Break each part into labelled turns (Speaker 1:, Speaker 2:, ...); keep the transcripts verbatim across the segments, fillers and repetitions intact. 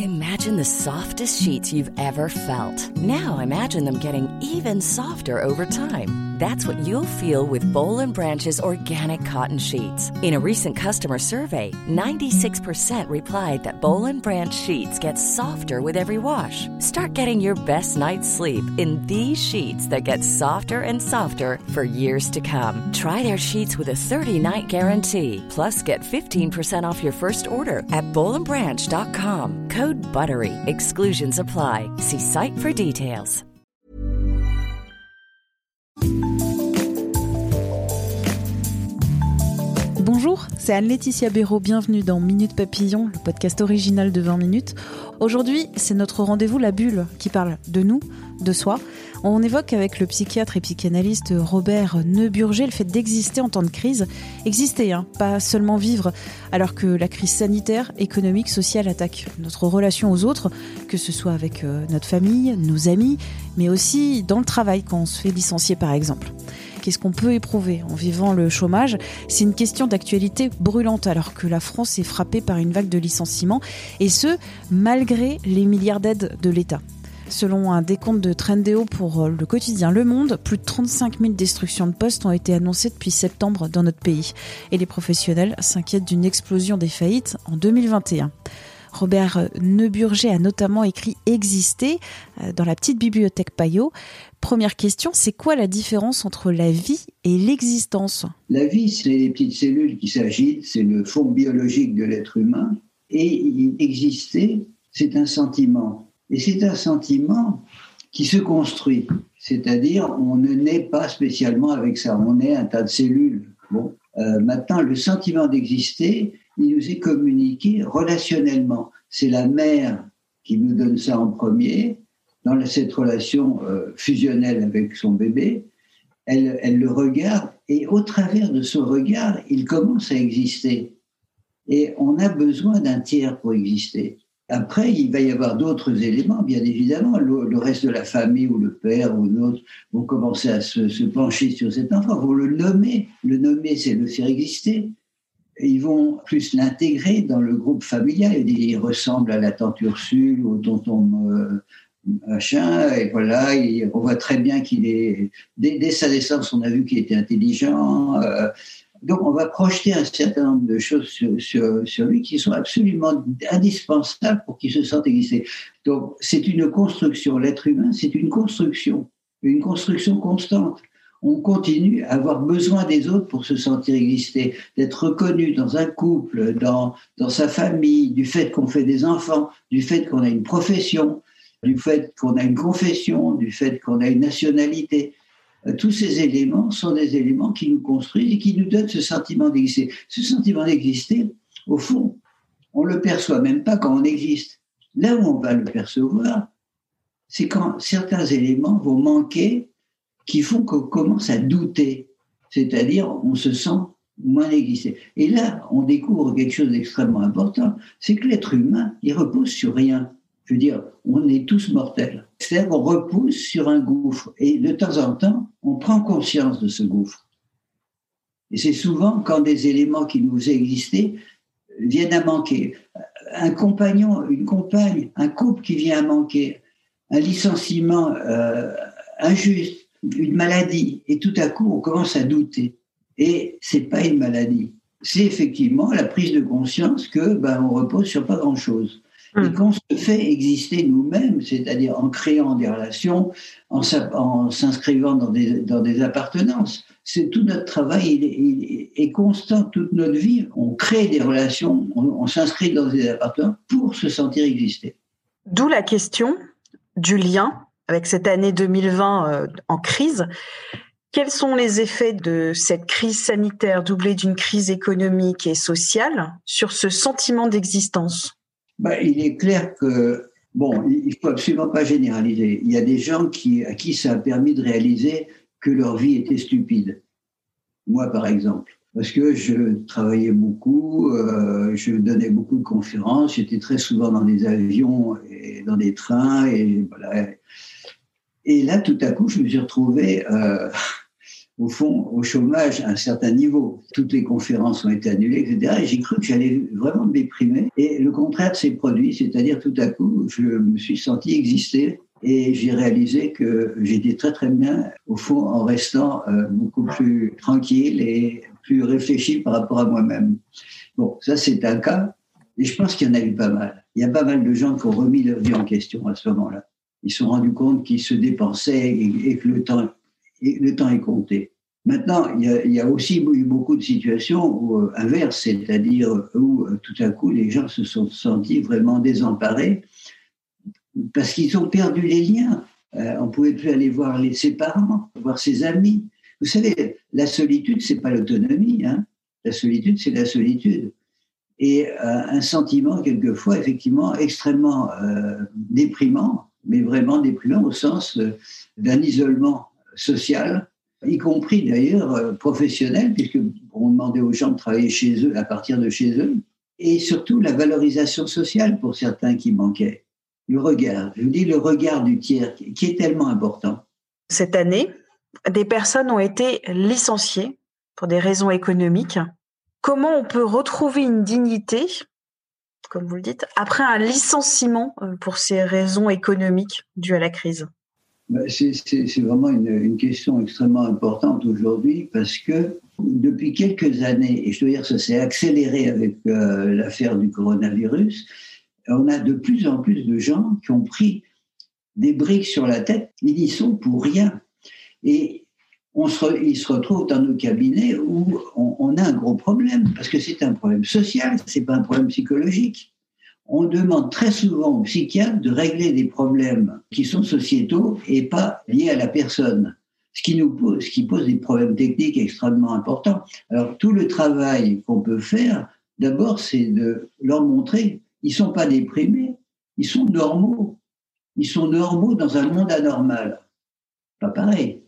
Speaker 1: Imagine the softest sheets you've ever felt. Now imagine them getting even softer over time. That's what you'll feel with Boll and Branch's organic cotton sheets. In a recent customer survey, ninety-six percent replied that Boll and Branch sheets get softer with every wash. Start getting your best night's sleep in these sheets that get softer and softer for years to come. Try their sheets with a thirty-night guarantee. Plus, get fifteen percent off your first order at boll and branch dot com. Code BUTTERY. Exclusions apply. See site for details.
Speaker 2: Bonjour, c'est Anne-Laetitia Béraud, bienvenue dans Minute Papillon, le podcast original de vingt minutes. Aujourd'hui, c'est notre rendez-vous La Bulle, qui parle de nous, de soi. On évoque avec le psychiatre et psychanalyste Robert Neuburger le fait d'exister en temps de crise. Exister, hein, pas seulement vivre, alors que la crise sanitaire, économique, sociale attaque notre relation aux autres, que ce soit avec euh, notre famille, nos amis, mais aussi dans le travail, quand on se fait licencier par exemple. Qu'est-ce qu'on peut éprouver en vivant le chômage ? C'est une question d'actualité brûlante alors que la France est frappée par une vague de licenciements et ce, malgré les milliards d'aides de l'État. Selon un décompte de Trendéo pour le quotidien Le Monde, plus de trente-cinq mille destructions de postes ont été annoncées depuis septembre dans notre pays. Et les professionnels s'inquiètent d'une explosion des faillites en deux mille vingt et un. Robert Neuburger a notamment écrit « Exister » dans la petite bibliothèque Payot. Première question, c'est quoi la différence entre la vie et l'existence ?
Speaker 3: La vie, c'est les petites cellules qui s'agitent, c'est le fond biologique de l'être humain. Et exister, c'est un sentiment. Et c'est un sentiment qui se construit. C'est-à-dire, on ne naît pas spécialement avec ça, on est un tas de cellules. Bon, euh, maintenant, le sentiment d'exister, il nous est communiqué relationnellement. C'est la mère qui nous donne ça en premier, dans cette relation euh, fusionnelle avec son bébé. Elle, elle le regarde et au travers de ce regard, il commence à exister. Et on a besoin d'un tiers pour exister. Après, il va y avoir d'autres éléments, bien évidemment. Le, le reste de la famille ou le père ou l'autre vont commencer à se, se pencher sur cet enfant, vont le nommer. Le nommer, c'est le faire exister. Ils vont plus l'intégrer dans le groupe familial. Il ressemble à la tante Ursule ou au tonton euh, machin. Et voilà, il, on voit très bien qu'il est... Dès, dès sa naissance, on a vu qu'il était intelligent. Euh, donc, on va projeter un certain nombre de choses sur, sur, sur lui qui sont absolument indispensables pour qu'il se sente exister. Donc, c'est une construction. L'être humain, c'est une construction. Une construction constante. On continue à avoir besoin des autres pour se sentir exister, d'être reconnu dans un couple, dans, dans sa famille, du fait qu'on fait des enfants, du fait qu'on a une profession, du fait qu'on a une confession, du fait qu'on a une nationalité. Tous ces éléments sont des éléments qui nous construisent et qui nous donnent ce sentiment d'exister. Ce sentiment d'exister, au fond, on ne le perçoit même pas quand on existe. Là où on va le percevoir, c'est quand certains éléments vont manquer qui font qu'on commence à douter, c'est-à-dire on se sent moins exister. Et là, on découvre quelque chose d'extrêmement important, c'est que l'être humain, il repose sur rien. Je veux dire, on est tous mortels. C'est-à-dire qu'on repose sur un gouffre. Et de temps en temps, on prend conscience de ce gouffre. Et c'est souvent quand des éléments qui nous existaient viennent à manquer. Un compagnon, une compagne, un couple qui vient à manquer, un licenciement euh, injuste, une maladie, et tout à coup, on commence à douter. Et c'est pas une maladie. C'est effectivement la prise de conscience que ben, on repose sur pas grand-chose. Mmh. Et qu'on se fait exister nous-mêmes, c'est-à-dire en créant des relations, en, en s'inscrivant dans des, dans des appartenances. C'est tout notre travail, il est, il est constant toute notre vie. On crée des relations, on, on s'inscrit dans des appartenances pour se sentir exister.
Speaker 2: D'où la question du lien avec cette année deux mille vingt euh, en crise. Quels sont les effets de cette crise sanitaire doublée d'une crise économique et sociale sur ce sentiment d'existence ?
Speaker 3: Ben, il est clair que, bon, il ne faut absolument pas généraliser. Il y a des gens qui, à qui ça a permis de réaliser que leur vie était stupide. Moi, par exemple. Parce que je travaillais beaucoup, euh, je donnais beaucoup de conférences, j'étais très souvent dans des avions et dans des trains, et voilà. Et là, tout à coup, je me suis retrouvé euh, au fond, au chômage à un certain niveau. Toutes les conférences ont été annulées, et cetera. Et j'ai cru que j'allais vraiment me déprimer. Et le contraire s'est produit, c'est-à-dire tout à coup, je me suis senti exister. Et j'ai réalisé que j'étais très très bien, au fond, en restant euh, beaucoup plus tranquille et plus réfléchi par rapport à moi-même. Bon, ça c'est un cas, et je pense qu'il y en a eu pas mal. Il y a pas mal de gens qui ont remis leur vie en question à ce moment-là. Ils se sont rendus compte qu'ils se dépensaient et, et que le temps, et le temps est compté. Maintenant, il y a, il y a aussi eu beaucoup de situations où, euh, inverses, c'est-à-dire où euh, tout à coup les gens se sont sentis vraiment désemparés parce qu'ils ont perdu les liens. Euh, on ne pouvait plus aller voir les, ses parents, voir ses amis. Vous savez, la solitude, ce n'est pas l'autonomie. Hein. La solitude, c'est la solitude. Et euh, un sentiment, quelquefois, effectivement, extrêmement euh, déprimant, mais vraiment déprimant au sens euh, d'un isolement social, y compris d'ailleurs euh, professionnel, puisqu'on demandait aux gens de travailler chez eux, à partir de chez eux, et surtout la valorisation sociale pour certains qui manquait. Le regard, je vous dis le regard du tiers, qui est tellement important.
Speaker 2: Cette année, des personnes ont été licenciées pour des raisons économiques. Comment on peut retrouver une dignité, comme vous le dites, après un licenciement pour ces raisons économiques dues à la crise ?
Speaker 3: C'est, c'est, c'est vraiment une, une question extrêmement importante aujourd'hui parce que depuis quelques années, et je dois dire que ça s'est accéléré avec euh, l'affaire du coronavirus, on a de plus en plus de gens qui ont pris des briques sur la tête, ils y sont pour rien. Et on se re, ils se retrouvent dans nos cabinets où on, on a un gros problème, parce que c'est un problème social, c'est pas un problème psychologique. On demande très souvent aux psychiatres de régler des problèmes qui sont sociétaux et pas liés à la personne, ce qui nous pose, ce qui pose des problèmes techniques extrêmement importants. Alors tout le travail qu'on peut faire, d'abord, c'est de leur montrer ils sont pas déprimés, ils sont normaux. Ils sont normaux dans un monde anormal. Pas pareil.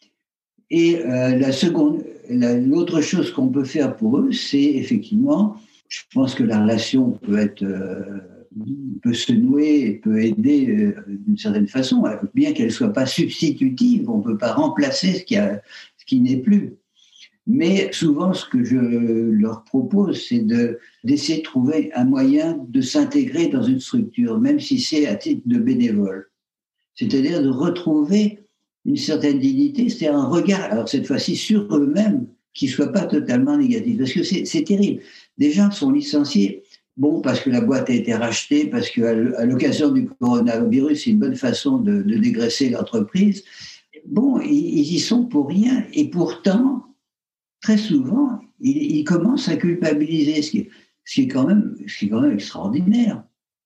Speaker 3: Et euh, la seconde, la, l'autre chose qu'on peut faire pour eux, c'est effectivement, je pense que la relation peut être, euh, peut se nouer, peut aider euh, d'une certaine façon, bien qu'elle soit pas substitutive, on peut pas remplacer ce qui a, ce qui n'est plus. Mais souvent, ce que je leur propose, c'est de, d'essayer de trouver un moyen de s'intégrer dans une structure, même si c'est à titre de bénévole. C'est-à-dire de retrouver une certaine dignité, c'est-à-dire un regard, alors cette fois-ci sur eux-mêmes, qui ne soit pas totalement négatif. Parce que c'est, c'est terrible. Des gens sont licenciés, bon, parce que la boîte a été rachetée, parce qu'à l'occasion du coronavirus, c'est une bonne façon de, de dégraisser l'entreprise. Bon, ils, ils y sont pour rien. Et pourtant, très souvent, ils, ils commencent à culpabiliser, ce qui, est, ce, qui est quand même, ce qui est quand même extraordinaire.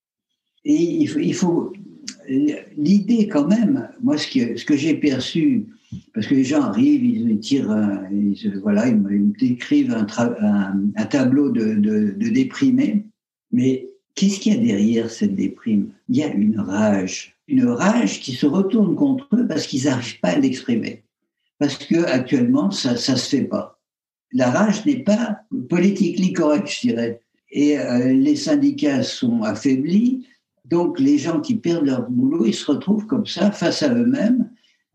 Speaker 3: Et il faut, il faut l'idée quand même, moi ce que, ce que j'ai perçu, parce que les gens arrivent, ils tirent, un, ils, voilà, ils me décrivent un, tra, un, un tableau de, de, de déprimés, mais qu'est-ce qu'il y a derrière cette déprime ? Il y a une rage, une rage qui se retourne contre eux parce qu'ils n'arrivent pas à l'exprimer, parce qu'actuellement ça ne se fait pas. La rage n'est pas politiquement correcte, je dirais. Et euh, les syndicats sont affaiblis, donc les gens qui perdent leur boulot, ils se retrouvent comme ça, face à eux-mêmes,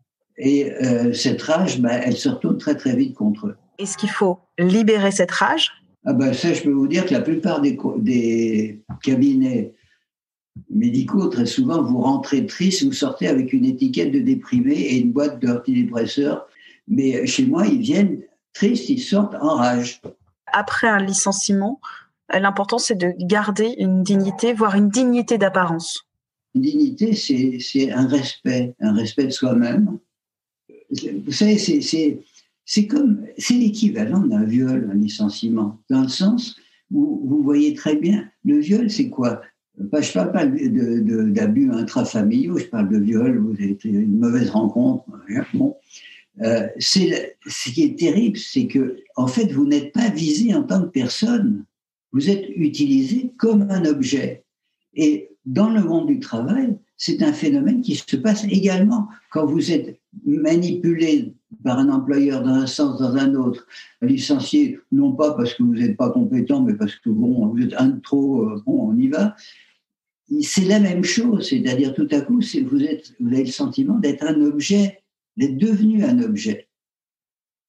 Speaker 3: et euh, cette rage, bah, elle se retourne très très vite contre eux.
Speaker 2: Est-ce qu'il faut libérer cette rage ?
Speaker 3: Ah ben ça, je peux vous dire que la plupart des, des cabinets médicaux, très souvent, vous rentrez triste, vous sortez avec une étiquette de déprimé et une boîte d'antidépresseurs, mais chez moi, ils viennent tristes, ils sortent en rage.
Speaker 2: Après un licenciement, l'important, c'est de garder une dignité, voire une dignité d'apparence.
Speaker 3: Une dignité, c'est, c'est un respect, un respect de soi-même. Vous savez, c'est, c'est, c'est comme, c'est l'équivalent d'un viol, un licenciement, dans le sens où vous voyez très bien, le viol, c'est quoi ? Je ne parle pas de, de, d'abus intrafamiliaux, je parle de viol, vous avez fait une mauvaise rencontre, bon. Euh, c'est, ce qui est terrible, c'est que, en fait, vous n'êtes pas visé en tant que personne. Vous êtes utilisé comme un objet. Et dans le monde du travail, c'est un phénomène qui se passe également quand vous êtes manipulé par un employeur dans un sens, dans un autre, licencié, non pas parce que vous n'êtes pas compétent, mais parce que bon, vous êtes un de trop, bon, on y va. C'est la même chose, c'est-à-dire tout à coup, c'est, vous, êtes, vous avez le sentiment d'être un objet, d'être devenu un objet.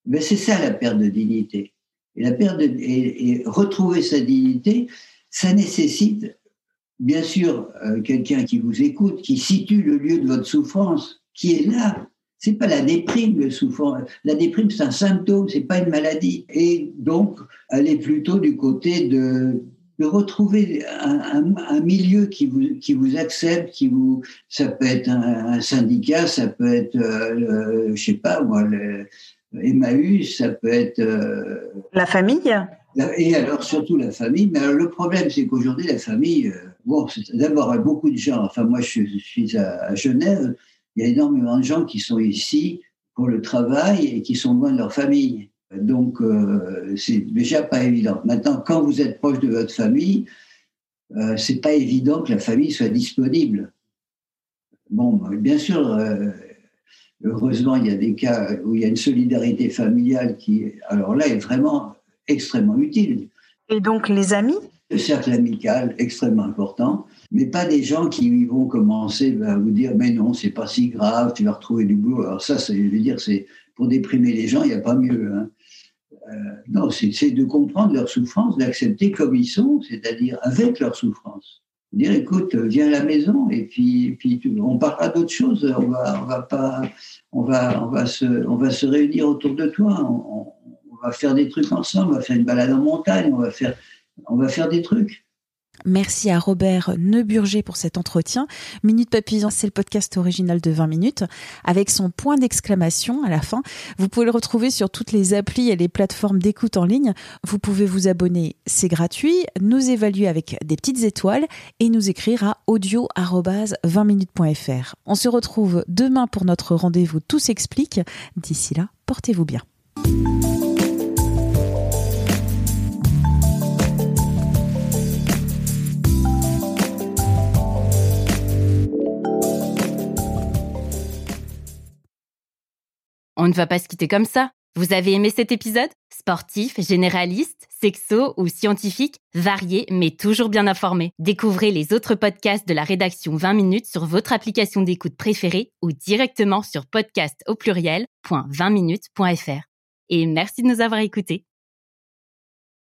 Speaker 3: Mais c'est ça la perte de dignité. Et, la perte de, et, et retrouver sa dignité, ça nécessite, bien sûr, euh, quelqu'un qui vous écoute, qui situe le lieu de votre souffrance, qui est là. C'est pas la déprime, le souffrance. La déprime, c'est un symptôme, c'est pas une maladie. Et donc, aller plutôt du côté de, de retrouver un, un, un milieu qui vous, qui vous accepte, qui vous, ça peut être un, un syndicat, ça peut être, euh, je sais pas, moi, le Emmaüs, ça peut être euh,
Speaker 2: la famille.
Speaker 3: Et alors surtout la famille. Mais alors, le problème, c'est qu'aujourd'hui, la famille, euh, bon, c'est d'abord beaucoup de gens. Enfin, moi, je, je suis à, à Genève. Il y a énormément de gens qui sont ici pour le travail et qui sont loin de leur famille. Donc, euh, c'est déjà pas évident. Maintenant, quand vous êtes proche de votre famille, euh, c'est pas évident que la famille soit disponible. Bon, bien sûr, euh, heureusement, il y a des cas où il y a une solidarité familiale qui, alors là, est vraiment extrêmement utile.
Speaker 2: Et donc, les amis ?
Speaker 3: Le cercle amical, extrêmement important, mais pas des gens qui vont commencer à vous dire « mais non, c'est pas si grave, tu vas retrouver du boulot ». Alors ça, ça, je veux dire, c'est pour déprimer les gens, il n'y a pas mieux. Hein. Euh, non, c'est, c'est de comprendre leur souffrance, d'accepter comme ils sont, c'est-à-dire avec leur souffrance. Dire « écoute, viens à la maison et puis, et puis on parlera d'autres choses, on va, on va, pas, on va, on va, se, on va se réunir autour de toi, on, on va faire des trucs ensemble, on va faire une balade en montagne, on va faire... On va faire des trucs. »
Speaker 2: Merci à Robert Neuburger pour cet entretien. Minute Papillon, c'est le podcast original de vingt minutes avec son point d'exclamation à la fin. Vous pouvez le retrouver sur toutes les applis et les plateformes d'écoute en ligne. Vous pouvez vous abonner, c'est gratuit, nous évaluer avec des petites étoiles et nous écrire à audio arobase vingt minutes point f r. On se retrouve demain pour notre rendez-vous Tout s'explique. D'ici là, portez-vous bien.
Speaker 4: On ne va pas se quitter comme ça. Vous avez aimé cet épisode ? Sportif, généraliste, sexo ou scientifique, varié mais toujours bien informé. Découvrez les autres podcasts de la rédaction vingt minutes sur votre application d'écoute préférée ou directement sur podcast au pluriel point vingt minutes point f r. Et merci de nous avoir écoutés.